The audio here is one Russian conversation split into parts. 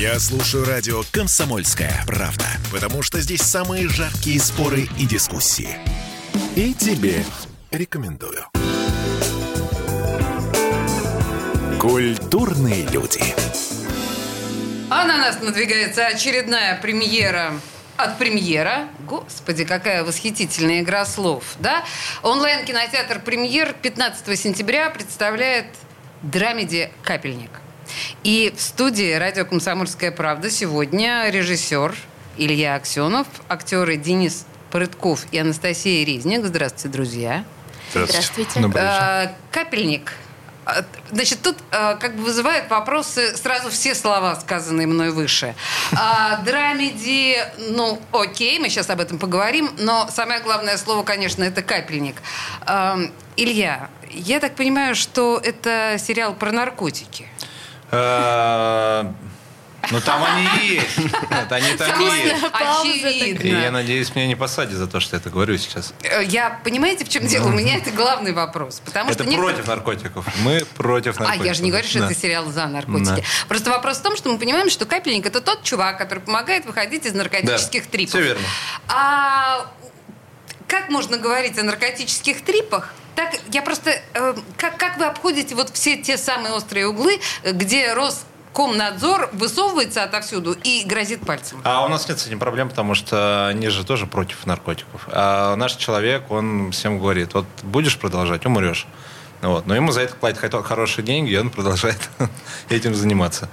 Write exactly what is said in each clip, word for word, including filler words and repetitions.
Я слушаю радио «Комсомольская правда», потому что здесь самые жаркие споры и дискуссии. И тебе рекомендую. Культурные люди. А на нас надвигается очередная премьера от премьера. Господи, какая восхитительная игра слов, да? Онлайн-кинотеатр «Премьер» пятнадцатого сентября представляет драмеди «Капельник». И в студии радио «Комсомольская правда» сегодня режиссер Илья Аксенов, актеры Денис Прытков и Анастасия Резник. Здравствуйте, друзья. Здравствуйте. А, «Капельник». Значит, тут а, как бы вызывает вопросы сразу все слова, сказанные мной выше. А, драмеди, ну, окей, мы сейчас об этом поговорим, но самое главное слово, конечно, это «Капельник». А, Илья, я так понимаю, что это сериал про наркотики. Ну, там они и есть. Это они там и есть. Очевидно. И я надеюсь, меня не посадят за то, что я это говорю сейчас. Я, понимаете, в чем дело? У меня это главный вопрос. Потому это что против некоторые... наркотиков. Мы против наркотиков. А, я же не говорю, что да. это сериал за наркотики. Да. Просто вопрос в том, что мы понимаем, что «Капельник» — это тот чувак, который помогает выходить из наркотических да. трипов. Все верно. А как можно говорить о наркотических трипах? Так, я просто... Э, как, как вы обходите вот все те самые острые углы, где Роскомнадзор высовывается отовсюду и грозит пальцем? А у нас нет с этим проблем, потому что они же тоже против наркотиков. А наш человек, он всем говорит, вот будешь продолжать, умрешь. Вот. Но ему за это платят хорошие деньги, и он продолжает этим заниматься.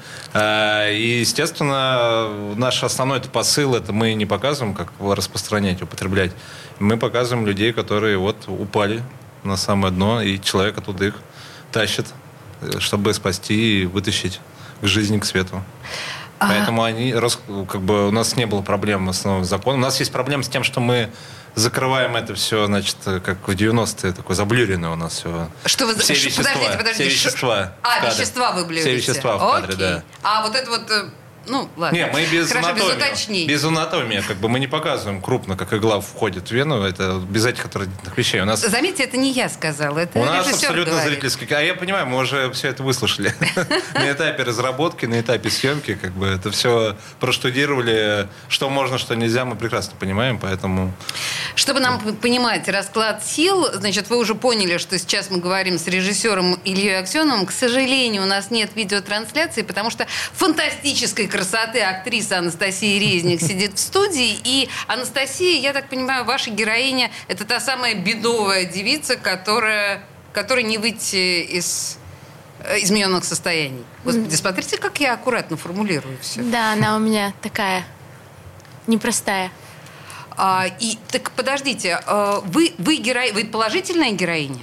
И, естественно, наш основной посыл, это мы не показываем, как его распространять, употреблять. Мы показываем людей, которые вот упали на самое дно, и человек оттуда их тащит, чтобы спасти и вытащить к жизни, к свету. А... Поэтому они, как бы, у нас не было проблем в основном с законом. У нас есть проблема с тем, что мы закрываем это все, значит, как в девяностые, такое заблюренное у нас все. Что вы... Все вещества. Подождите, подождите. Все вещества. А, вещества вы блюрите. Все вещества в кадре, окей. да. А вот это вот... Ну, ладно. Не, мы без Хорошо, анатомии. без уточнений. Без анатомии, как бы мы не показываем крупно, как игла входит в вену. Это без этих отвратительных вещей. У нас... Заметьте, это не я сказала, это у нас режиссер абсолютно говорит. Зрительский. А я понимаю, мы уже все это выслушали. На этапе разработки, на этапе съемки, как бы это все проштудировали, что можно, что нельзя, мы прекрасно понимаем, поэтому... Чтобы нам понимать расклад сил, значит, вы уже поняли, что сейчас мы говорим с режиссером Ильей Аксеновым. К сожалению, у нас нет видеотрансляции, потому что фантастической красоты актриса Анастасия Резник сидит в студии. И Анастасия, я так понимаю, ваша героиня — это та самая бедовая девица, которая, которой не выйти из измененных состояний. Господи, смотрите, как я аккуратно формулирую все. Да, она у меня такая непростая. А, и так подождите, вы, вы, геро... вы положительная героиня?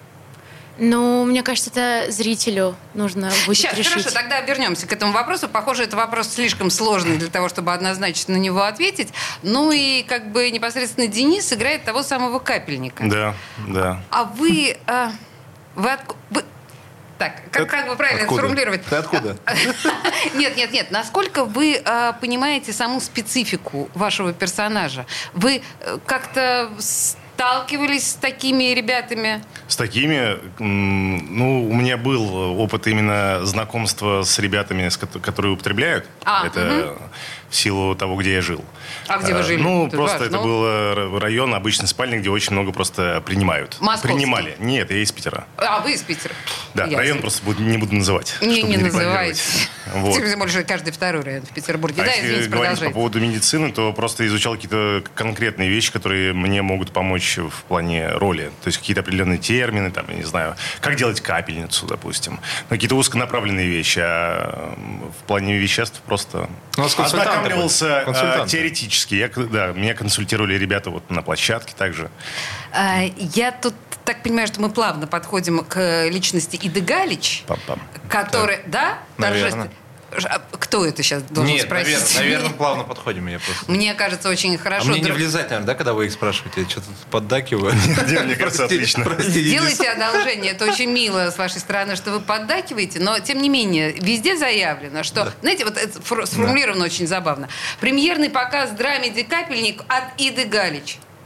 Ну, мне кажется, это зрителю нужно будет Сейчас, решить. хорошо, тогда вернемся к этому вопросу. Похоже, это вопрос слишком сложный для того, чтобы однозначно на него ответить. Ну и как бы непосредственно Денис играет того самого Капельника. Да, да. А вы... А, вы, отку... вы... Так, как, Это... как бы правильно откуда? сформулировать? Ты откуда? Нет, нет, нет. Насколько вы а, понимаете саму специфику вашего персонажа? Вы а, как-то сталкивались с такими ребятами? С такими? Ну, у меня был опыт именно знакомства с ребятами, которые употребляют. А, это угу. в силу того, где я жил. А где вы жили? Ну, Тут просто важно. это был район, обычный спальник, где очень много просто принимают. Московский? Принимали. Нет, я из Питера. А, вы из Питера? Да, Ясно. район просто буду, не буду называть. Не, чтобы не, не называйте. Вот. Тем более, что каждый второй район в Петербурге. А Да, если извините, говорить продолжайте. по поводу медицины, то просто изучал какие-то конкретные вещи, которые мне могут помочь в плане роли. То есть какие-то определенные термины, там, я не знаю, как делать капельницу, допустим. Какие-то узконаправленные вещи. А в плане веществ просто ознакомливался а, теоретически. Я, да, меня консультировали ребята вот на площадке также. А, я тут так понимаю, что мы плавно подходим к личности Иды Галич, Пам-пам. который... Да? Наверное. А кто это сейчас должен Нет, спросить? наверное, наверное, плавно подходим. Я просто... Мне кажется, очень хорошо. А мне не Друг... влезать, наверное, да, когда вы их спрашиваете? Я что-то поддакиваю. Мне кажется, отлично. Делайте одолжение. Это очень мило с вашей стороны, что вы поддакиваете, но, тем не менее, везде заявлено, что... Да. Знаете, вот это сформулировано да. очень забавно. Премьерный показ драмеди «Капельник» от Иды Галич.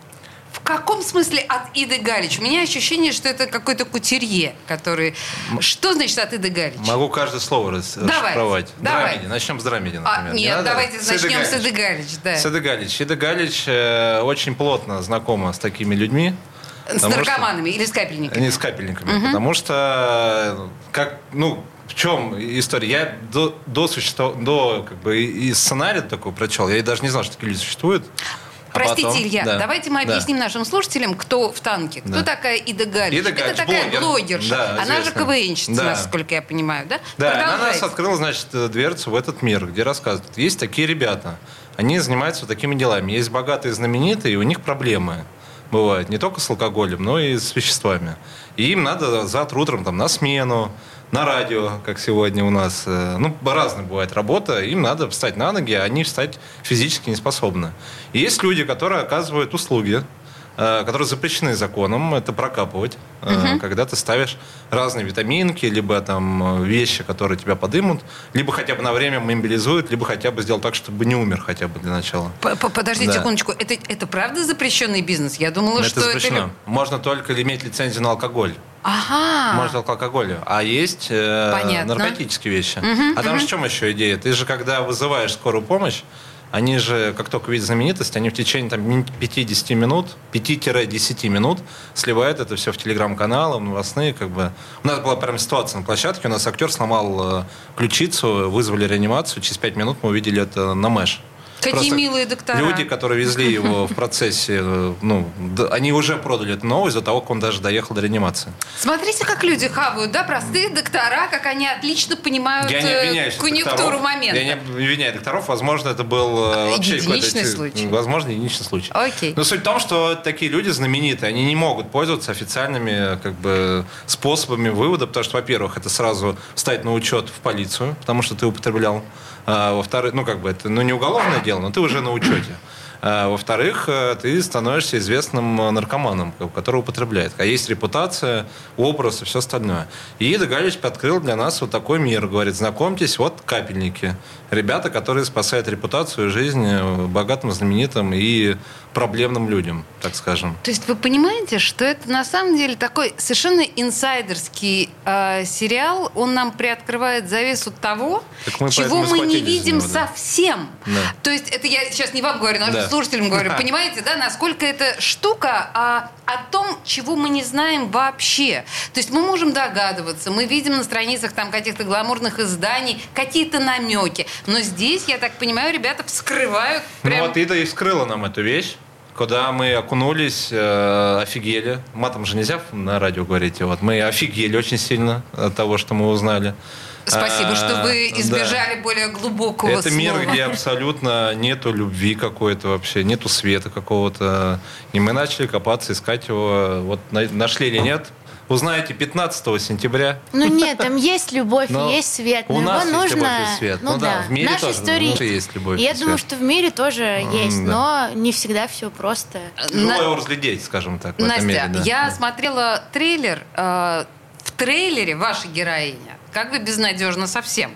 В каком смысле от Иды Галич? У меня ощущение, что это какой-то кутюрье, который... Что значит от Иды Галич? Могу каждое слово расшифровать. Давай. Драмеди. Начнем с Драмеди, например. А, нет, не давайте с начнем с Иды Галич. Да. С Иды Галич. Ида Галич э, очень плотно знакома с такими людьми. С наркоманами или с капельниками? Не с капельниками. Угу. Потому что, как, ну, в чем история? Я до, до, существов... до как бы, и сценария такого прочел, я даже не знал, что такие люди существуют. А Простите, потом, Илья, да, давайте мы объясним да. нашим слушателям, кто в танке. Кто да. такая Ида Галич? Ида Галич, это такая блогер. блогерша. Да, Она известная. же КВНщица, да. насколько я понимаю, да? Да, она нас открыла, значит, дверцу в этот мир, где рассказывают. Есть такие ребята, они занимаются вот такими делами. Есть богатые, знаменитые, и у них проблемы бывают. Не только с алкоголем, но и с веществами. И им надо завтра утром там, на смену, на радио, как сегодня у нас. Ну, разная бывает работа. Им надо встать на ноги, а они встать физически не способны. И есть люди, которые оказывают услуги, которые запрещены законом, это прокапывать, uh-huh. когда ты ставишь разные витаминки, либо там вещи, которые тебя подымут, либо хотя бы на время мобилизуют, либо хотя бы сделать так, чтобы не умер хотя бы для начала. Подождите да. секундочку, это, это правда запрещенный бизнес? Я думала, это что запрещено. это... Можно только иметь лицензию на алкоголь. Ага. Можно только алкоголь. А есть э, наркотические вещи. Uh-huh, а там uh-huh. же в чем еще идея? Ты же, когда вызываешь скорую помощь, они же, как только видят знаменитость, они в течение там, пять-десять минут, пять-десять минут сливают это все в телеграм-каналы, в новостные. Как бы. У нас была прям ситуация на площадке, у нас актер сломал ключицу, вызвали реанимацию, через пять минут мы увидели это на Мэш. Какие Просто милые доктора. Люди, которые везли его в процессе, ну, они уже продали эту новость до того, как он даже доехал до реанимации. Смотрите, как люди хавают, да, простые доктора, как они отлично понимают конъюнктуру момента. Я не обвиняю докторов, возможно, это был вообще единичный случай. Возможно, единичный случай. Окей. Но суть в том, что такие люди знаменитые, они не могут пользоваться официальными как бы, способами вывода, потому что, во-первых, это сразу встать на учет в полицию, потому что ты употреблял. А, во-вторых, ну, как бы, это ну, не уголовное дело, но ты уже на учете. А, во-вторых, ты становишься известным наркоманом, который употребляет. А есть репутация, образ и все остальное. И Ида Галич открыл для нас вот такой мир. Говорит, знакомьтесь, вот капельники. Ребята, которые спасают репутацию и жизнь богатым, знаменитым и проблемным людям, так скажем. То есть вы понимаете, что это на самом деле такой совершенно инсайдерский э, сериал. Он нам приоткрывает завесу того, мы чего мы не видим него, да. совсем. Да. То есть это я сейчас не вам говорю, но да. слушателям говорю. Понимаете, да, насколько эта штука а, о том, чего мы не знаем вообще. То есть мы можем догадываться, мы видим на страницах там каких-то гламурных изданий какие-то намеки. Но здесь, я так понимаю, ребята вскрывают прям... Ну вот Ида и вскрыла нам эту вещь, куда мы окунулись, э, офигели. Матом же нельзя на радио говорить. Вот. Мы офигели очень сильно от того, что мы узнали. Спасибо, а, что вы избежали да. более глубокого Это слова. мир, где абсолютно нету любви какой-то вообще, нету света какого-то. И мы начали копаться, искать его. Вот нашли или нет? Узнаете пятнадцатого сентября. Ну нет, там есть любовь, но есть свет. Но у нас его есть нужно... любовь и свет. Ну, ну да, в мире наши тоже истории... есть любовь Я и думаю, свет. что в мире тоже mm, есть, да. но не всегда все просто. Тяжело На... его разглядеть, скажем так. В Настя, этом мире, да. я смотрела трейлер. Э, в трейлере ваша героиня как бы безнадежно совсем.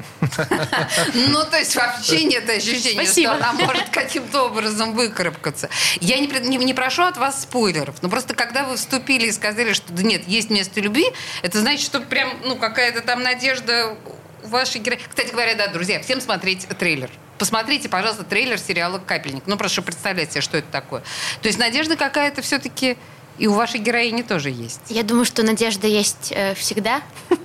Ну, то есть вообще нет ощущения, что она может каким-то образом выкарабкаться. Я не, не, не прошу от вас спойлеров, но просто когда вы вступили и сказали, что да нет, есть место любви, это значит, что прям ну, какая-то там надежда у вашей героини. Кстати говоря, да, друзья, всем смотреть трейлер. Посмотрите, пожалуйста, трейлер сериала «Капельник». Ну, просто чтобы представлять себе, что это такое. То есть надежда какая-то все-таки и у вашей героини тоже есть. Я думаю, что надежда есть э, всегда.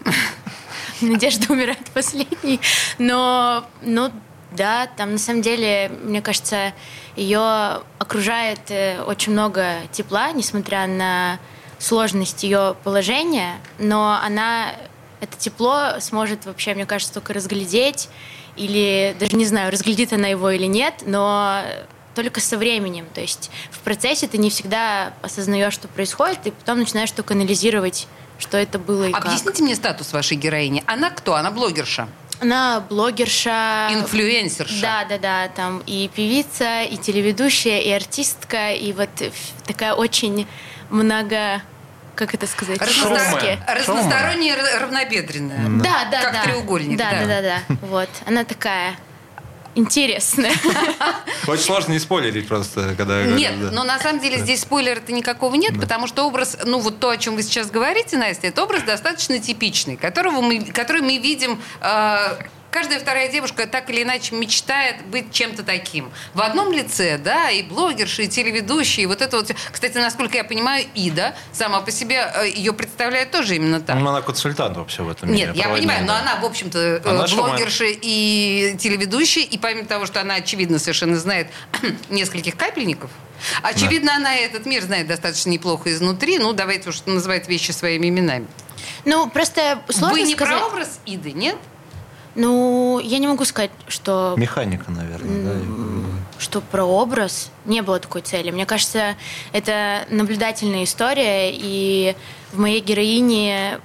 Надежда умирает последней. Но, ну, да, там на самом деле, мне кажется, ее окружает очень много тепла, несмотря на сложность ее положения. Но она это тепло сможет вообще, мне кажется, только разглядеть. Или даже не знаю, разглядит она его или нет, но только со временем. То есть в процессе ты не всегда осознаешь, что происходит, и потом начинаешь только анализировать, что это было и Объясните как. мне статус вашей героини. Она кто? Она блогерша? Она блогерша. Инфлюенсерша. Да, да, да. Там и певица, и телеведущая, и артистка, и вот такая очень много... Как это сказать? Разностор... Разносторонняя, равнобедренная. Да, да, как да. треугольник. Да, да, да, да. Вот. Она такая интересное. Очень сложно не спойлерить просто, когда... Нет, говорят, да. но на самом деле здесь спойлера-то никакого нет, да. Потому что образ, ну вот то, о чем вы сейчас говорите, Настя, это образ достаточно типичный, которого мы, который мы видим... Э, Каждая вторая девушка так или иначе мечтает быть чем-то таким. В одном лице, да, и блогерши, и телеведущие, и вот это вот... Кстати, насколько я понимаю, Ида сама по себе, ее представляет тоже именно так. Ну, она консультант вообще в этом мире. Нет, я понимаю, да. Но она, в общем-то, она блогерша шумает. И телеведущая, и помимо того, что она, очевидно, совершенно знает нескольких капельников, очевидно, да. Она этот мир знает достаточно неплохо изнутри. Ну, давайте уж называть вещи своими именами. Ну, просто сложно Вы не сказать... про образ Иды, нет? Ну, я не могу сказать, что... Механика, наверное, да? Что про образ. Не было такой цели. Мне кажется, это наблюдательная история, и в моей героине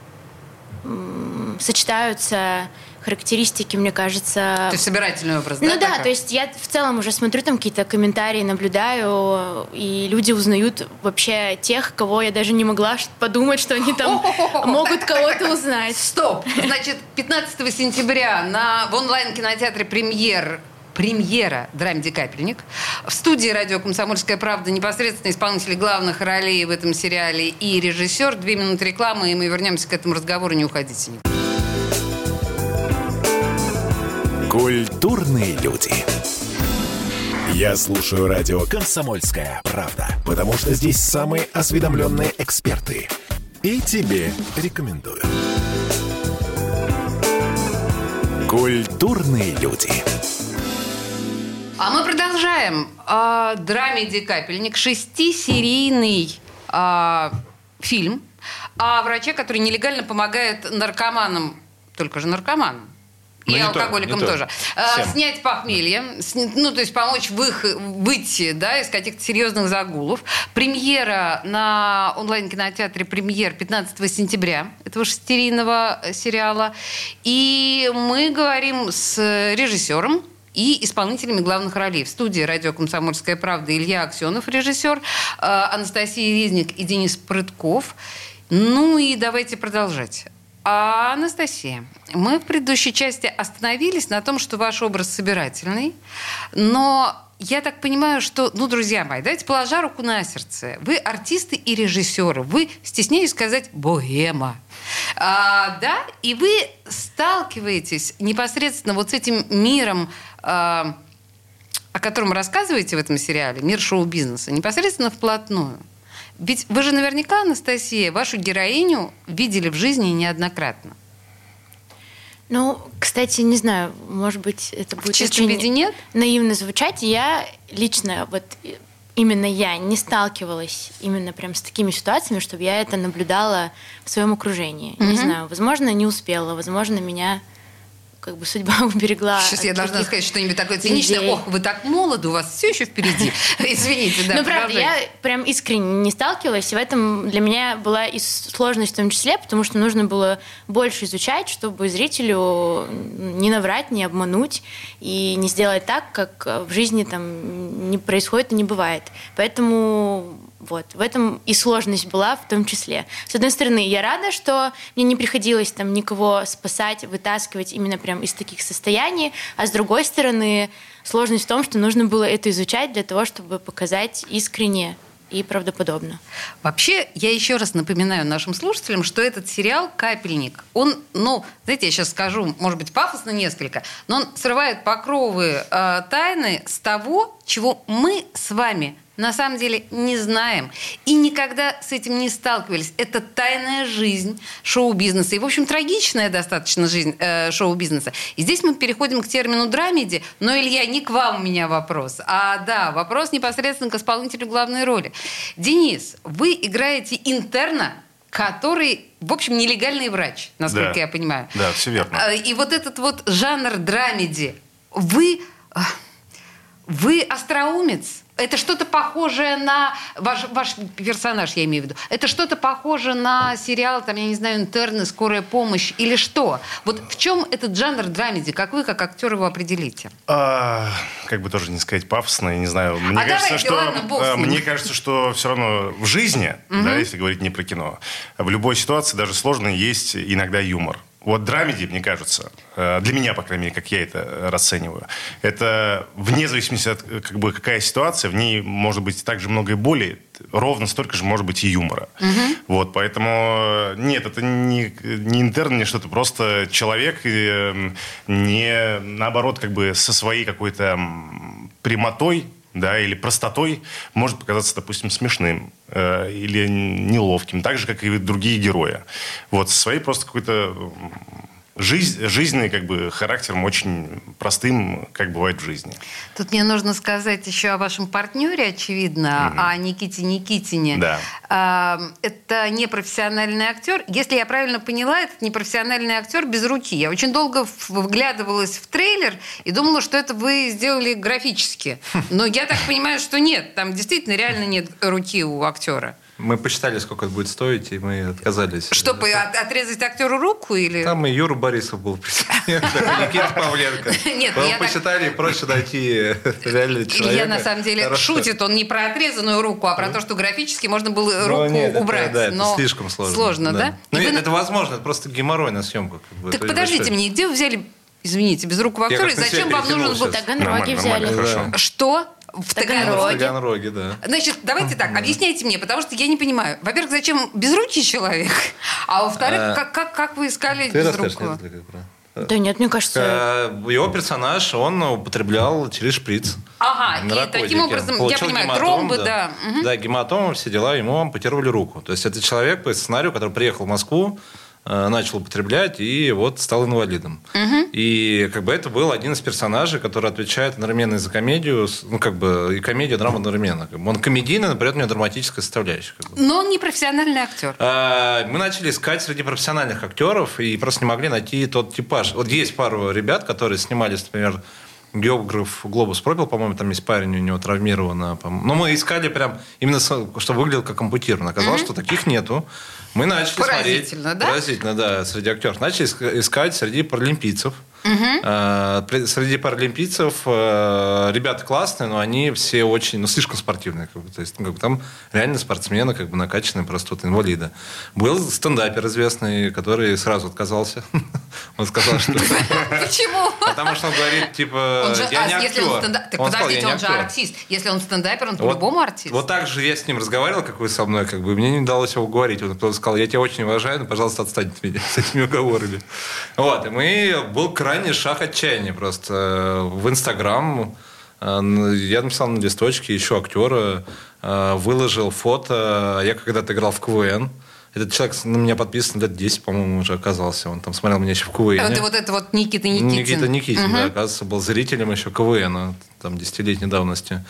сочетаются характеристики, мне кажется... То есть собирательный образ, ну, да? Ну да, такой? то есть я в целом уже смотрю там какие-то комментарии, наблюдаю, и люди узнают вообще тех, кого я даже не могла подумать, что они там могут кого-то узнать. Стоп! Значит, пятнадцатого сентября на, в онлайн-кинотеатре «Премьер» премьера «Драмеди Капельник». В студии радио «Комсомольская правда» непосредственно исполнители главных ролей в этом сериале и режиссер. Две минуты рекламы, и мы вернемся к этому разговору. Не уходите. Культурные люди. Я слушаю радио «Комсомольская правда», потому что здесь самые осведомленные эксперты. И тебе рекомендую. Культурные люди. А мы продолжаем. А, «Драмеди Капельник» — шестисерийный а, фильм о враче, который нелегально помогает наркоманам, только же наркоманам, и ну, алкоголикам то, тоже. То. Снять похмелье, ну, то есть помочь в их, выйти, да, из каких-то серьезных загулов. Премьера на онлайн-кинотеатре «Премьер» пятнадцатого сентября этого шестисерийного сериала. И мы говорим с режиссером и исполнителями главных ролей. В студии радио «Комсомольская правда» Илья Аксенов, режиссер, Анастасия Резник и Денис Прытков. Ну и давайте продолжать. А, Анастасия, мы в предыдущей части остановились на том, что ваш образ собирательный, но я так понимаю, что, ну, друзья мои, давайте положа руку на сердце. Вы артисты и режиссеры, вы, стесняюсь сказать, богема. А, да, и вы сталкиваетесь непосредственно вот с этим миром, а, о котором рассказываете в этом сериале, мир шоу-бизнеса, непосредственно вплотную. Ведь вы же наверняка, Анастасия, вашу героиню видели в жизни неоднократно. Ну, кстати, не знаю, может быть, это будет в чистом очень виде нет? наивно звучать. Я лично, вот именно я не сталкивалась именно прям с такими ситуациями, чтобы я это наблюдала в своем окружении. Mm-hmm. Не знаю, возможно, не успела, возможно, меня... как бы судьба уберегла. Сейчас я должна сказать что-нибудь такое циничное. Ох, вы так молоды, у вас все еще впереди. Извините, да. Ну, правда, я прям искренне не сталкивалась, и в этом для меня была и сложность в том числе, потому что нужно было больше изучать, чтобы зрителю не наврать, не обмануть и не сделать так, как в жизни там не происходит и не бывает. Поэтому... Вот, в этом и сложность была в том числе. С одной стороны, я рада, что мне не приходилось там никого спасать, вытаскивать именно прям из таких состояний, а с другой стороны, сложность в том, что нужно было это изучать для того, чтобы показать искренне и правдоподобно. Вообще, я еще раз напоминаю нашим слушателям, что этот сериал «Капельник», он, ну, знаете, я сейчас скажу, может быть, пафосно несколько, но он срывает покровы э, тайны с того, чего мы с вами на самом деле не знаем и никогда с этим не сталкивались. Это тайная жизнь шоу-бизнеса и, в общем, трагичная достаточно жизнь э, шоу-бизнеса. И здесь мы переходим к термину «драмеди», но, Илья, не к вам у меня вопрос, а, да, вопрос непосредственно к исполнителю главной роли. Денис, вы играете интерна, который, в общем, нелегальный врач, насколько да. я понимаю. Да, все верно. И вот этот вот жанр драмеди, вы, вы остроумец? Это что-то похожее на... Ваш, ваш персонаж, я имею в виду. Это что-то похоже на сериал, там, я не знаю, «Интерны», «Скорая помощь» или что? Вот в чем этот жанр драмеди? Как вы, как актер, его определите? А, как бы тоже не сказать пафосно, я не знаю. Мне а кажется, давайте, что, ладно, бог с ним. Мне кажется, что все равно в жизни, угу. да, если говорить не про кино, в любой ситуации, даже сложной, есть иногда юмор. Вот драмеди, мне кажется, для меня, по крайней мере, как я это расцениваю, это вне зависимости от как бы, какая ситуация, в ней может быть так же много и боли, ровно столько же может быть и юмора. Угу. Вот, поэтому нет, это не, не интерн, не что-то, просто человек не, наоборот, как бы со своей какой-то прямотой, да, или простотой может показаться, допустим, смешным э, или неловким, так же, как и другие герои. Вот, со своей просто какой-то жизнь, жизненный, как бы, характером очень простым, как бывает в жизни. Тут мне нужно сказать еще о вашем партнере, очевидно, mm-hmm. о Никите Никитине. Да. А, это непрофессиональный актер. Если я правильно поняла, это непрофессиональный актер без руки. Я очень долго вглядывалась в трейлер и думала, что это вы сделали графически. Но я так понимаю, что нет. Там действительно реально нет руки у актера. Мы посчитали, сколько это будет стоить, и мы отказались. Чтобы от, отрезать актеру руку? Или? Там и Юра Борисов был президент, Никита Павленко. Нет, мы я посчитали, так... проще найти реально человека. Илья, на самом деле, Хорошо. шутит. Он не про отрезанную руку, а про то, что графически можно было руку ну, нет, убрать. Это, да, но это слишком сложно. Сложно, да? да? Ну, нет, вы... это возможно, это просто геморрой на съемках. Как бы, так подождите большой. мне, где вы взяли, извините, без рук в актере, зачем вам нужен был... В Таганроге взяли. Да. Что? В Таганроге. В Таганроге, да. Значит, давайте так, объясняйте мне, потому что я не понимаю. Во-первых, зачем безрукий человек? А во-вторых, а, как, как, как вы искали безрукого? Да нет, мне кажется... Его персонаж, он употреблял через шприц. Ага, и таким образом, Получил я понимаю, тромбы, да. Да, угу. да, гематомы, все дела, ему ампутировали руку. То есть это человек по сценарию, который приехал в Москву, начал употреблять и вот стал инвалидом. Угу. И как бы это был один из персонажей, который отвечает одновременно за комедию, ну как бы и комедия, драма одновременно. Как бы он комедийный, но при этом у него драматическая составляющая. Как бы. Но он не профессиональный актер. А, мы начали искать среди профессиональных актеров и просто не могли найти тот типаж. Вот есть пару ребят, которые снимались, например, географ «Глобус» пропил, по-моему, там есть парень, у него травмировано. Но мы искали прям именно, чтобы выглядел как ампутирован. Оказалось, mm-hmm. что таких нету. Мы начали Поразительно, смотреть... да? Поразительно, да, среди актеров. Начали искать среди паралимпийцев. Угу. Среди паралимпийцев ребята классные, но они все очень, ну, слишком спортивные. Как бы. То есть, ну, как бы, там реально спортсмены, как бы накачанные просто вот инвалиды. Был стендапер известный, который сразу отказался. Он сказал, что... Почему? Потому что он говорит, типа, я не актер. Так подождите, он же артист. Если он стендапер, он по-любому артист. Вот так же я с ним разговаривал, как вы со мной, как бы, мне не удалось его уговорить. Он сказал, я тебя очень уважаю, но, пожалуйста, отстань от меня с этими уговорами. Вот, и мы... Был крайний шаг отчаяния просто. В Инстаграм я написал на листочке еще актера, выложил фото. Я когда-то играл в КВН. Этот человек на меня подписан лет десять, по-моему, уже оказался. Он там смотрел меня еще в КВН. Это вот это вот Никита Никитин. Никита Никитин, угу. да, оказывается, был зрителем еще КВН, там, десятилетней давности.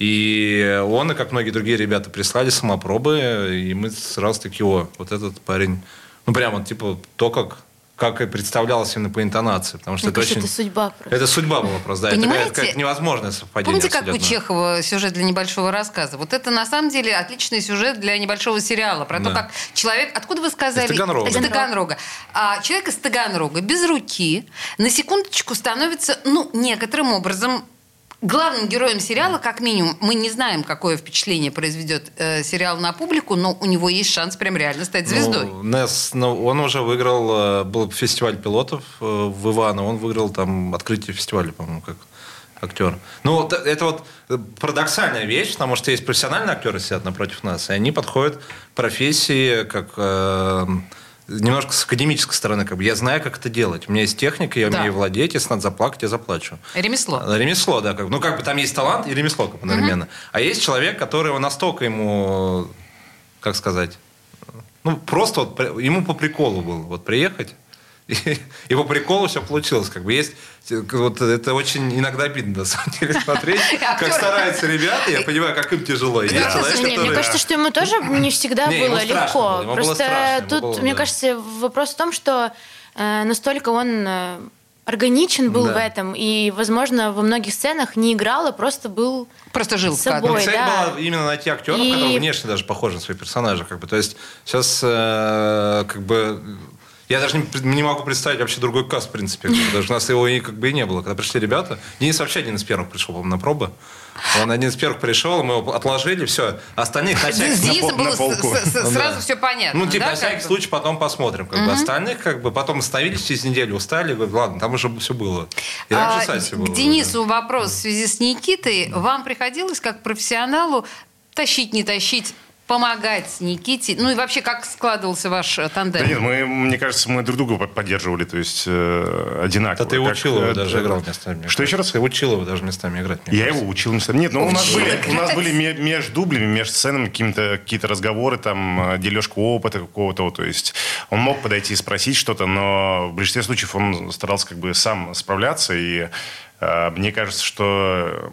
И он, и как многие другие ребята, прислали самопробы, и мы сразу таки, о, вот этот парень, ну, прямо, типа, то, как... как и представлялось именно по интонации. Потому что это, очень... это судьба просто. Это судьба была просто, да. Понимаете? Это какое-то невозможное совпадение. Помните, абсолютно. как у Чехова сюжет для небольшого рассказа? Вот это, на самом деле, отличный сюжет для небольшого сериала. Про да. то, как человек... Откуда вы сказали? Из Таганрога. Из Таганрога. А, человек из Таганрога без руки на секундочку становится, ну, некоторым образом... главным героем сериала, как минимум, мы не знаем, какое впечатление произведет э, сериал на публику, но у него есть шанс прям реально стать звездой. Ну, Нес, ну, он уже выиграл, был фестиваль пилотов э, в Иваново, он выиграл там открытие фестиваля, по-моему, как актер. Ну, это вот парадоксальная вещь, потому что есть профессиональные актеры, сидят напротив нас, и они подходят к профессии как... Э, немножко с академической стороны. Как бы. Я знаю, как это делать. У меня есть техника, я да. умею владеть. Если надо заплакать, я заплачу. Ремесло. Ремесло, да. Как бы. Ну, как бы там есть талант и ремесло как бы, одновременно. Uh-huh. А есть человек, который настолько ему, как сказать, ну, просто вот, ему по приколу было вот приехать. И, и по приколу все получилось. Как бы есть, вот, это очень иногда обидно, на самом деле, смотреть, как стараются ребята. Я понимаю, как им тяжело. Мне кажется, что ему тоже не всегда было легко. Просто тут, мне кажется, вопрос в том, что настолько он органичен был в этом, и, возможно, во многих сценах не играл, а просто был просто жил с собой. Ну, цель да. была именно найти актеров, которые внешне даже похожи на своих персонажей. Как бы. То есть сейчас как бы... Я даже не, не могу представить вообще другой каст, в принципе. Даже у нас его и, как бы и не было. Когда пришли ребята, Денис вообще один из первых пришел, по-моему, на пробы. Он один из первых пришел, мы его отложили, все. Остальных на всякий С Денисом было полку. с- с- сразу Да. все понятно. Ну, типа, да, на всякий как бы? случай потом посмотрим. Как бы. Остальных, как бы, потом остановились через неделю, устали, говорят, ладно, там уже все было. И там А, же Саси было. к Денису вопрос в связи с Никитой. Вам приходилось как профессионалу тащить, не тащить, помогать Никите? Ну и вообще, как складывался ваш э, тандем? Да нет, мы, мне кажется, мы друг друга под- поддерживали, то есть э, одинаково. Да ты Как, учил его э, даже э, играл местами. Что еще раз? Ты учил его даже местами играть. мне Я кажется. его учил местами. Нет, ну у нас Учил были, у нас играть. были ме- между дублями, между сценами какие-то, какие-то разговоры, там, э, дележка опыта какого-то. То есть он мог подойти и спросить что-то, но в большинстве случаев он старался как бы сам справляться. И э, мне кажется, что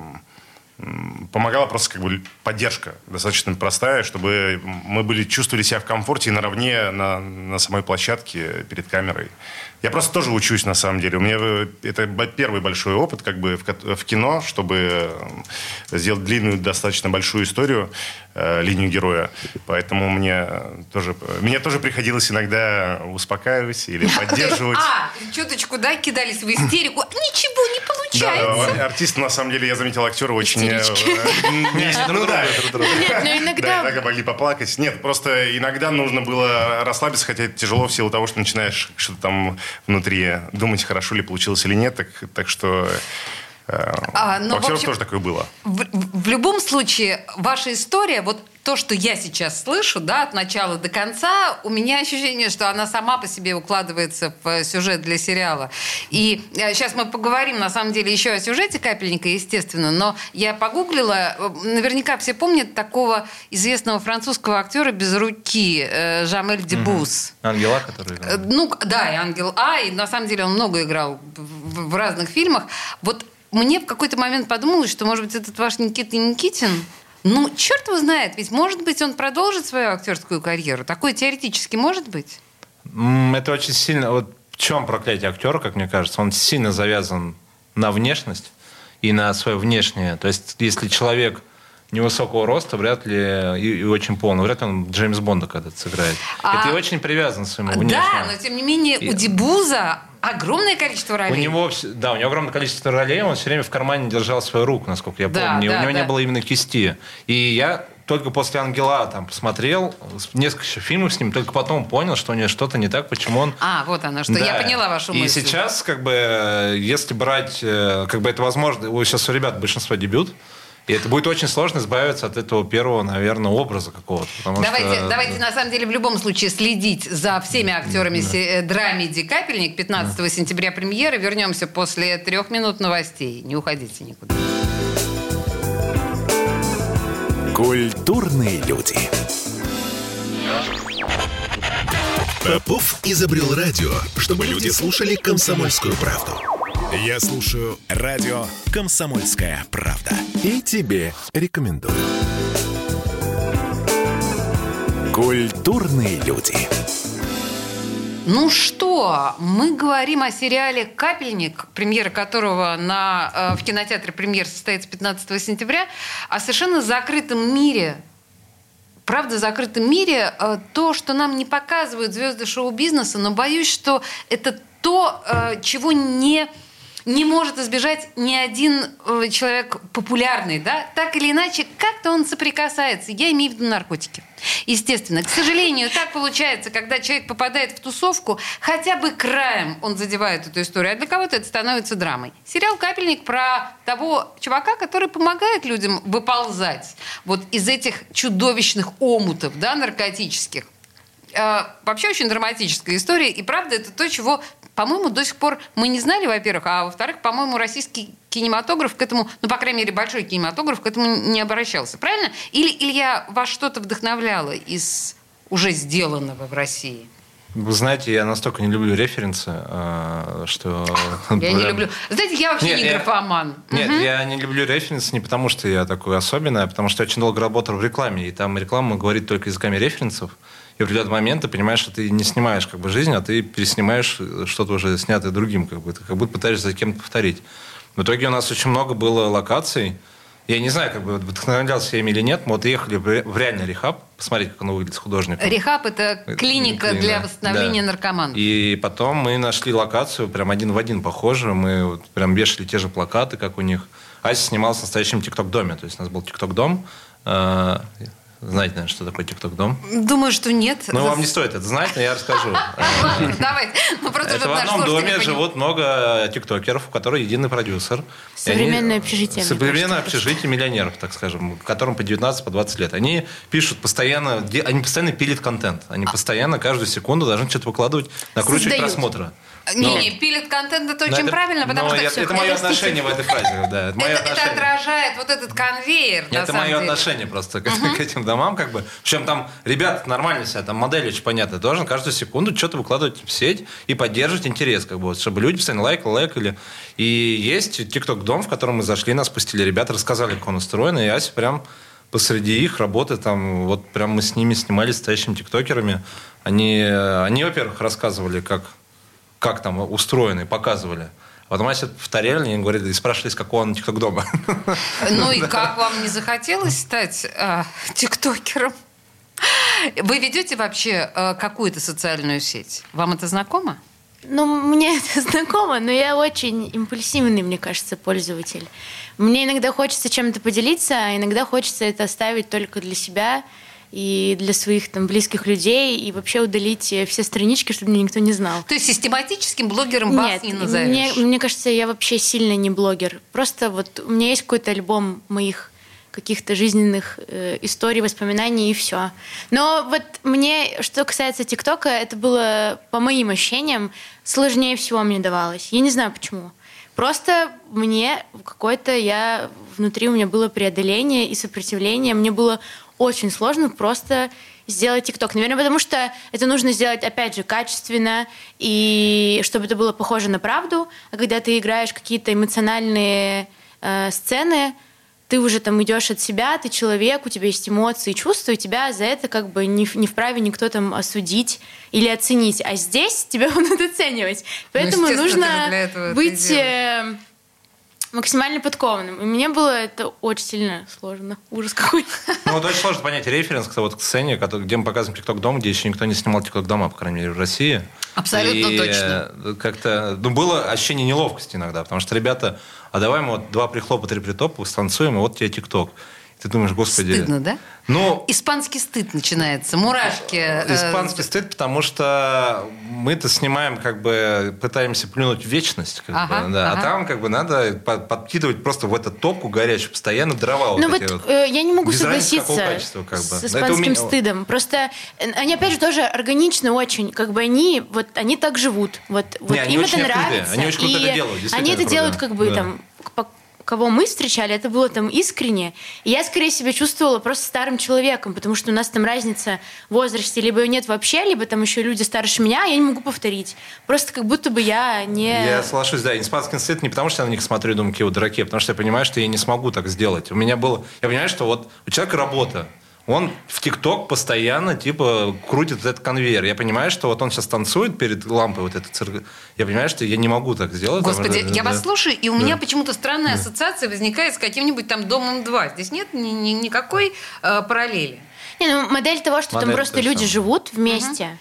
м, помогала просто как бы поддержка достаточно простая, чтобы мы были, чувствовали себя в комфорте и наравне на, на самой площадке перед камерой. Я просто тоже учусь, на самом деле. У меня э, это б- первый большой опыт как бы в, ко- в кино, чтобы э, сделать длинную, достаточно большую историю, э, линию героя. Поэтому мне тоже, мне тоже приходилось иногда успокаивать или поддерживать. А, чуточку, да, кидались в истерику. Ничего не Да, получается. да, артисты, на самом деле, я заметил, актеры очень... э, Истерички. э, не- ну да, Нет, но Да, иногда... иногда могли поплакать. Нет, просто иногда нужно было расслабиться, хотя это тяжело в силу того, что начинаешь что-то там внутри думать, хорошо ли получилось или нет. Так, так что э, А, но, у актеров в общем, тоже такое было. В, в- в любом случае, ваша история, вот то, что я сейчас слышу, да, от начала до конца, у меня ощущение, что она сама по себе укладывается в э, сюжет для сериала. И э, сейчас мы поговорим, на самом деле, еще о сюжете «Капельника», естественно, но я погуглила, э, наверняка все помнят такого известного французского актера без руки, э, Жамель Дебус. Ангела, который Э, играл. Ну, да, и «Ангел А», и на самом деле он много играл в, в разных фильмах. Вот мне в какой-то момент подумалось, что, может быть, этот ваш Никита Никитин, ну, черт его знает, ведь, может быть, он продолжит свою актерскую карьеру. Такое теоретически может быть? М, Это очень сильно... Вот в чем проклятие актера, как мне кажется? Он сильно завязан на внешность и на свое внешнее. То есть, если человек невысокого роста, вряд ли, и, и очень полный, вряд ли он Джеймс Бонда когда-то сыграет. А- И ты очень привязан к своему внешнему. Да, но, тем не менее, И- у Дебуза огромное количество У ролей. него, вс- да, у него огромное количество ролей, он все время в кармане держал свою руку, насколько я Да, помню. да, у него да. не было именно кисти. И я только после «Ангела» там посмотрел с- несколько еще фильмов с ним, только потом понял, что у него что-то не так, почему он... А, вот оно что. Да. Я поняла вашу И мысль. сейчас, как бы, э, если брать, э, как бы это возможно, у- сейчас у ребят большинство дебют, и это будет очень сложно избавиться от этого первого, наверное, образа какого-то. потому Давайте, что- давайте на самом деле в любом случае следить за всеми актерами се- э, драмеди «Капельник». пятнадцатого сентября премьеры. Вернемся после трех минут новостей. Не уходите никуда. Культурные люди. Попов изобрел радио, чтобы люди слушали комсомольскую правду. Я слушаю радио «Комсомольская правда». И тебе рекомендую. Культурные люди. Ну что, мы говорим о сериале «Капельник», премьера которого на, э, в кинотеатре премьер состоится пятнадцатого сентября, о совершенно закрытом мире. Правда, в закрытом мире э, то, что нам не показывают звезды шоу-бизнеса, но боюсь, что это то, э, чего не... не может избежать ни один э, человек популярный, да, так или иначе, как-то он соприкасается. Я имею в виду наркотики. Естественно, к сожалению, так получается, когда человек попадает в тусовку, хотя бы краем он задевает эту историю, а для кого-то это становится драмой. Сериал «Капельник» про того чувака, который помогает людям выползать вот из этих чудовищных омутов, да, наркотических. Э, вообще очень драматическая история, и правда это то, чего, по-моему, до сих пор мы не знали, во-первых, а во-вторых, по-моему, российский кинематограф к этому, ну, по крайней мере, большой кинематограф к этому не обращался. Правильно? Или, или я вас что-то вдохновляла из уже сделанного в России? Вы знаете, я настолько не люблю референсы, э, что... Я не прям- люблю... Знаете, я вообще Нет, не я- графоман. Нет, Мгм. я не люблю референсы не потому, что я такой особенный, а потому что я очень долго работал в рекламе, и там реклама говорит только языками референсов. И в определенный момент ты понимаешь, что ты не снимаешь как бы жизнь, а ты переснимаешь что-то уже снятое другим, как бы. Ты как будто пытаешься за кем-то повторить. В итоге у нас очень много было локаций, Я не знаю, как бы вдохновлялся я им или нет. Мы вот ехали в реальный рехаб, посмотреть, как он выглядит с художником. Рехаб – это клиника Клиника, для восстановления да. наркоманов. И потом мы нашли локацию, прям один в один похожую. Мы вот прям вешали те же плакаты, как у них. Ася снималась в настоящем тикток-доме. То есть у нас был тикток-дом. Знаете, наверное, что такое тикток-дом? Думаю, что нет. Ну, вам не стоит это знать, но я расскажу. Давай. Ну, просто Это в одном доме живут много тиктокеров, у которых единый продюсер. Современное общежитие. Современное общежитие миллионеров, так скажем, которым по девятнадцать, по двадцать лет. Они пишут постоянно, они постоянно пилят контент. Они постоянно, каждую секунду должны что-то выкладывать, накручивать просмотры. Не-не, пилит контент, это очень правильно, потому что... Это мое отношение в этой фразе, да. Это отражает вот этот конвейер, на самом деле. Это мое отношение просто к этим домам, как бы. Причем там ребята нормально себя, там модель очень понятная, должен каждую секунду что-то выкладывать в сеть и поддерживать интерес, как бы, чтобы люди постоянно лайкали, лайкали. И есть тикток-дом, в котором мы зашли, нас пустили ребята, рассказали, как он устроен, и Ася прям посреди их работы, там, вот прям мы с ними снимались, с настоящими тиктокерами. Они, они, во-первых, рассказывали, как как там устроены, показывали. А потом Ася повторяли, и говорили, и спрашивали, из какого он тикток-дома. Ну и как вам не захотелось стать э, тиктокером? Вы ведете вообще э, какую-то социальную сеть? Вам это знакомо? Ну, мне это знакомо, но я очень импульсивный, мне кажется, пользователь. Мне иногда хочется чем-то поделиться, а иногда хочется это оставить только для себя и для своих там близких людей, и вообще удалить все странички, чтобы меня никто не знал. То есть систематическим блогером вас Нет, не назовешь? Мне, мне кажется, я вообще сильно не блогер. Просто вот у меня есть какой-то альбом моих каких-то жизненных э, историй, воспоминаний, и все. Но вот мне, что касается ТикТока, это было, по моим ощущениям, сложнее всего мне давалось. Я не знаю, почему. Просто мне какое-то, я внутри у меня было преодоление и сопротивление. Мне было очень сложно просто сделать ТикТок. Наверное, потому что это нужно сделать, опять же, качественно, и чтобы это было похоже на правду. А когда ты играешь какие-то эмоциональные э, сцены, ты уже там идешь от себя, ты человек, у тебя есть эмоции, чувства, и тебя за это как бы не, не вправе никто там осудить или оценить. А здесь тебя будут оценивать. Поэтому ну, нужно быть максимально подкованным. И мне было это очень сильно сложно. Ужас какой. Ну, вот очень сложно понять референс вот, к сцене, где мы показываем ТикТок-дом, где еще никто не снимал ТикТок-дома, по крайней мере, в России. Абсолютно и точно. Как-то, ну, было ощущение неловкости иногда, потому что ребята, а давай мы вот два прихлопа, три притопа, станцуем, и вот тебе ТикТок. Ты думаешь, господи... Стыдно, да? Ну, испанский стыд начинается, мурашки. Испанский стыд, потому что мы-то снимаем, как бы, пытаемся плюнуть в вечность, как ага, бы, да. ага. А там, как бы, надо подкидывать просто в эту топку горячую, постоянно дрова. Ну вот вот, вот. Э, я не могу без согласиться качества, как бы. с испанским меня... стыдом. Просто они, опять же, тоже органичны очень. Как бы они, вот, они так живут. Вот, вот Не, им это нравится. Они очень круто и это делают. Они это круто. делают, как бы, да. там, кого мы встречали, это было там искренне. И я, скорее, себя чувствовала просто старым человеком, потому что у нас там разница в возрасте. Либо ее нет вообще, либо там еще люди старше меня, я не могу повторить. Просто как будто бы я не... Я соглашусь, да. Испанский стыд не потому, что я на них смотрю и думаю, какие вот дураки, а потому что я понимаю, что я не смогу так сделать. У меня было... Я понимаю, что вот у человека работа. Он в ТикТок постоянно, типа, крутит этот конвейер. Я понимаю, что вот он сейчас танцует перед лампой, вот этот цирк. Я понимаю, что я не могу так сделать. Господи, там, я да. вас слушаю, и у да. меня почему-то странная да. ассоциация возникает с каким-нибудь там «Домом два». Здесь нет ни, ни, никакой э, параллели. Не, ну, модель того, что модель там просто люди самое. живут вместе. Uh-huh.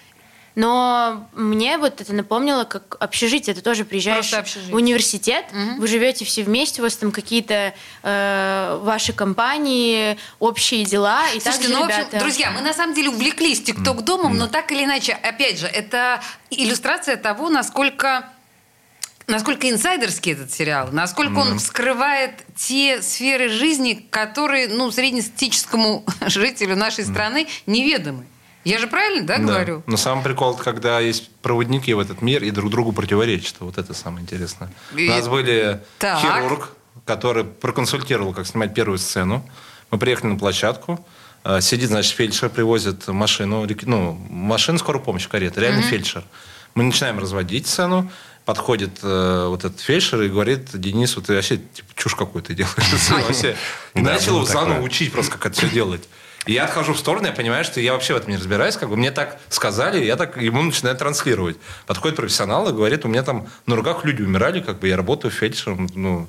Но мне вот это напомнило, как общежитие. Ты тоже приезжаешь в университет, угу. вы живете все вместе, у вас там какие-то э, ваши компании, общие дела. И Слушайте, также ну, в общем, ребята... друзья, мы на самом деле увлеклись ТикТок-домом, mm. но так или иначе, опять же, это иллюстрация того, насколько... Насколько инсайдерский этот сериал, насколько mm. он вскрывает те сферы жизни, которые, ну, среднестатистическому жителю нашей mm. страны неведомы. Я же правильно, да, говорю? Да. Но самый прикол, когда есть проводники в этот мир и друг другу противоречат. Вот это самое интересное. И... У нас были так. хирург, который проконсультировал, как снимать первую сцену. Мы приехали на площадку. Сидит, значит, фельдшер, привозит машину, ну, машину скорой помощи, карета, реально mm-hmm. фельдшер. Мы начинаем разводить сцену. Подходит э, вот этот фельдшер и говорит: Денис, вот ты вообще типа, чушь какую-то делаешь. И начал его заново учить просто, как это все делать. И я отхожу в сторону, я понимаю, что я вообще в этом не разбираюсь. Как бы мне так сказали, я так ему начинаю транслировать. Подходит профессионал и говорит: у меня там на руках люди умирали, как бы я работаю фельдшером. Ну,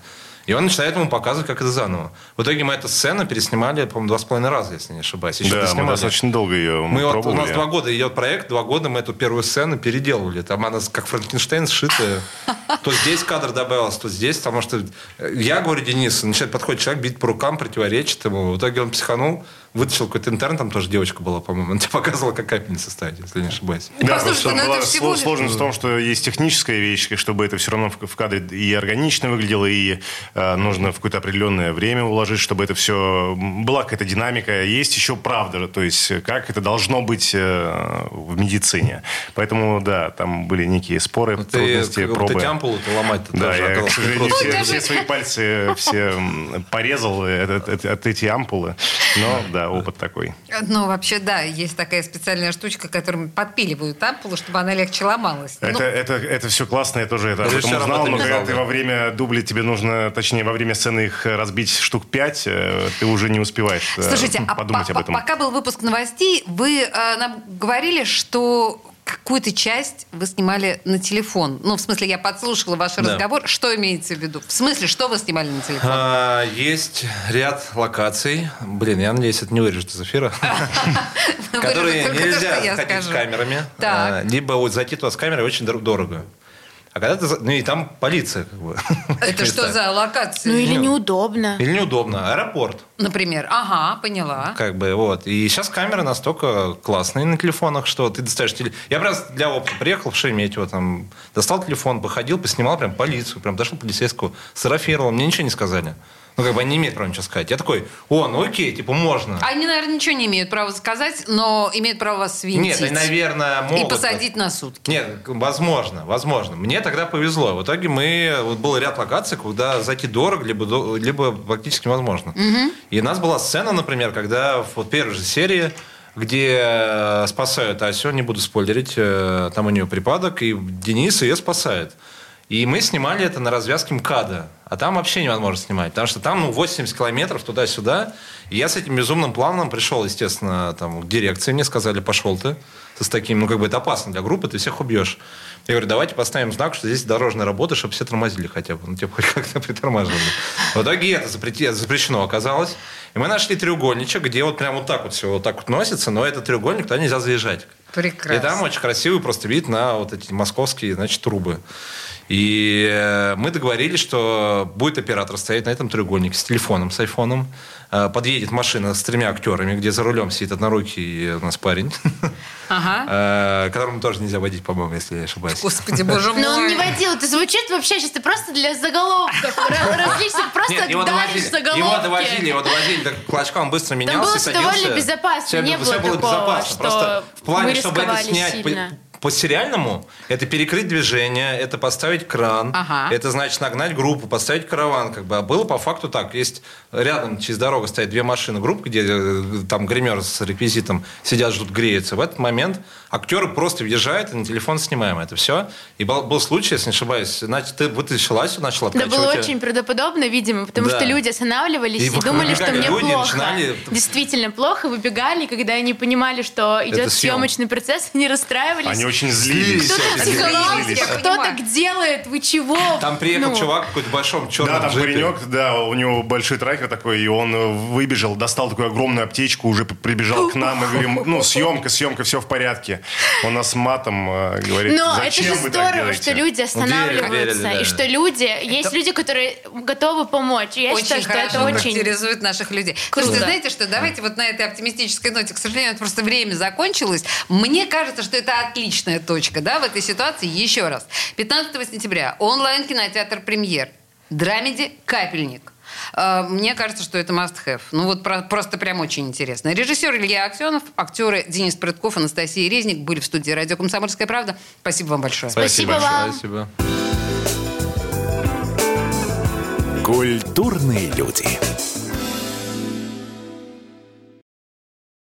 И он начинает ему показывать, как это заново. В итоге мы эту сцену переснимали, по-моему, два с половиной раза, если не ошибаюсь. Еще да, мы достаточно долго ее мы вот, пробовали. У нас два года идет проект, два года мы эту первую сцену переделывали. Там она как Франкенштейн сшитая. То здесь кадр добавился, то здесь, потому что я говорю Денису, начинает подходит человек, бить по рукам, противоречит ему. В итоге он психанул, вытащил какой-то интерн, там тоже девочка была, по-моему. Он тебе показывала, как капельница ставить, если не ошибаюсь. Да, Послушайте, просто ну была это всего лишь... сложность в том, что есть техническая вещь, чтобы это все равно в кадре и органично выглядело, и э, нужно в какое-то определенное время уложить, чтобы это все... Была какая-то динамика. Есть еще правда, то есть как это должно быть э, в медицине. Поэтому, да, там были некие споры, ну, трудности, ты, пробы. Вот эти ампулы-то ломать-то да, тоже я, к сожалению, все, Ну, все свои пальцы все порезал от, от, от эти ампулы. Но, да, опыт такой. Ну, вообще, да, есть такая специальная штучка, которым подпиливают ампулу, чтобы она легче ломалась. Это, Ну, это, это все классно, я тоже это об этом Режиссер об узнал, этом но не когда знал, ты да. во время дубля, тебе нужно, точнее, во время сцены их разбить штук пять, э, ты уже не успеваешь э, Слушайте, а подумать по- об этом. пока был выпуск новостей, вы э, нам говорили, что какую-то часть вы снимали на телефон. Ну, в смысле, я подслушала ваш Да. разговор. Что имеется в виду? В смысле, что вы снимали на телефон? А, есть ряд локаций. Блин, я надеюсь, это не вырежет из эфира. Которые Только то, нельзя что я заходить с скажу. камерами. Так. А, Либо вот зайти туда с камерой очень дор- дорого. А когда ты... за- Ну и там полиция, как бы. Это что за локация? Ну или неудобно. Или неудобно. Аэропорт. Например. Ага, поняла. Как бы, вот. И сейчас камеры настолько классные на телефонах, что ты достаешь телефон. Я просто для опыта приехал в Шереметьево, там, достал телефон, походил, поснимал прям полицию, прям дошел полицейского, сфотографировал, мне ничего не сказали. Ну, как бы они не имеют права ничего сказать. Я такой, о, ну окей, типа, можно. Они, наверное, ничего не имеют права сказать, но имеют право вас свинтить. Нет, они, наверное, могут. И посадить на сутки. Нет, возможно, возможно. Мне тогда повезло. В итоге мы... Вот был ряд локаций, куда зайти дорого, либо, до- либо практически невозможно. Угу. И у нас была сцена, например, когда в вот первой же серии, где э, спасают Асю, не буду спойлерить, э, там у нее припадок, и Денис ее спасает. И мы снимали это на развязке МКАДа. А там вообще невозможно снимать, потому что там ну, восемьдесят километров туда-сюда. И я с этим безумным планом пришел, естественно, там, к дирекции. Мне сказали, пошел ты с таким, ну, как бы это опасно для группы, ты всех убьешь. Я говорю, давайте поставим знак, что здесь дорожная работа, чтобы все тормозили хотя бы. Ну, типа, хоть как-то притормаживали. В итоге это запрети- запрещено оказалось. И мы нашли треугольничек, где вот прям вот так вот все вот так вот носится, но этот треугольник, туда нельзя заезжать. Прекрасно. И там очень красивый просто вид на вот эти московские, значит, трубы. И э, мы договорились, что будет оператор стоять на этом треугольнике с телефоном, с айфоном. Э, подъедет машина с тремя актерами, где за рулем сидит однорукий у нас парень, Ага. э, которому тоже нельзя водить, по-моему, если я не ошибаюсь. Господи, боже мой. Но он не водил. Это звучит вообще сейчас просто для заголовков. Ра- Различных. Просто Нет, его даришь довозили, заголовки. его довозили, его довозили до клочка, он быстро менялся, было и всё садился. довольно безопасно, Всё- не всё было было такого, безопасно. что Просто в плане, вы чтобы это рисковали снять по, сильно. по сериальному, это перекрыть движение, это поставить кран, Ага. это значит нагнать группу, поставить караван, как бы. А было по факту так, есть рядом через дорогу стоят две машины групп, где э, там гример с реквизитом сидят, ждут, греются. В этот момент актеры просто въезжают и на телефон снимаем это все. И был, был случай, если не ошибаюсь, значит, ты вытащила Асю, начала Да было откачивать. очень правдоподобно, видимо, потому Да. что люди останавливались И и, думали, что выбегали мне люди, плохо. начинали- Действительно плохо, выбегали, когда они понимали, что идет Это съем. съемочный процесс, они расстраивались. Они очень злились. Кто-то Они психологически, злились. я Кто понимаю. так делает? Вы чего? Там приехал Ну, чувак в какой-то большом черном Да, там джипе. паренек, да, у него большой трекер такой, и он э, выбежал, достал такую огромную аптечку, уже прибежал к нам, и говорим, ну, съемка, съемка, все в порядке. Он нас матом э, говорит, Но это зачем же вы так здорово, делаете? что люди останавливаются, верили, да. и что люди, есть люди, которые готовы помочь. И я Очень считаю, что хорошо это очень... характеризует наших людей. Круто. Слушайте, знаете что, давайте вот на этой оптимистической ноте, к сожалению, это просто время закончилось. Мне кажется, что это отличная точка, да, в этой ситуации. Еще раз. пятнадцатого сентября онлайн-кинотеатр «Премьер». Драмеди «Капельник». Э, Мне кажется, что это must-have. Ну вот про- просто прям очень интересно. Режиссер Илья Аксенов, актеры Денис Прытков, Анастасия Резник были в студии «Радио Комсомольская правда». Спасибо вам большое. Спасибо вам. Спасибо. Культурные люди.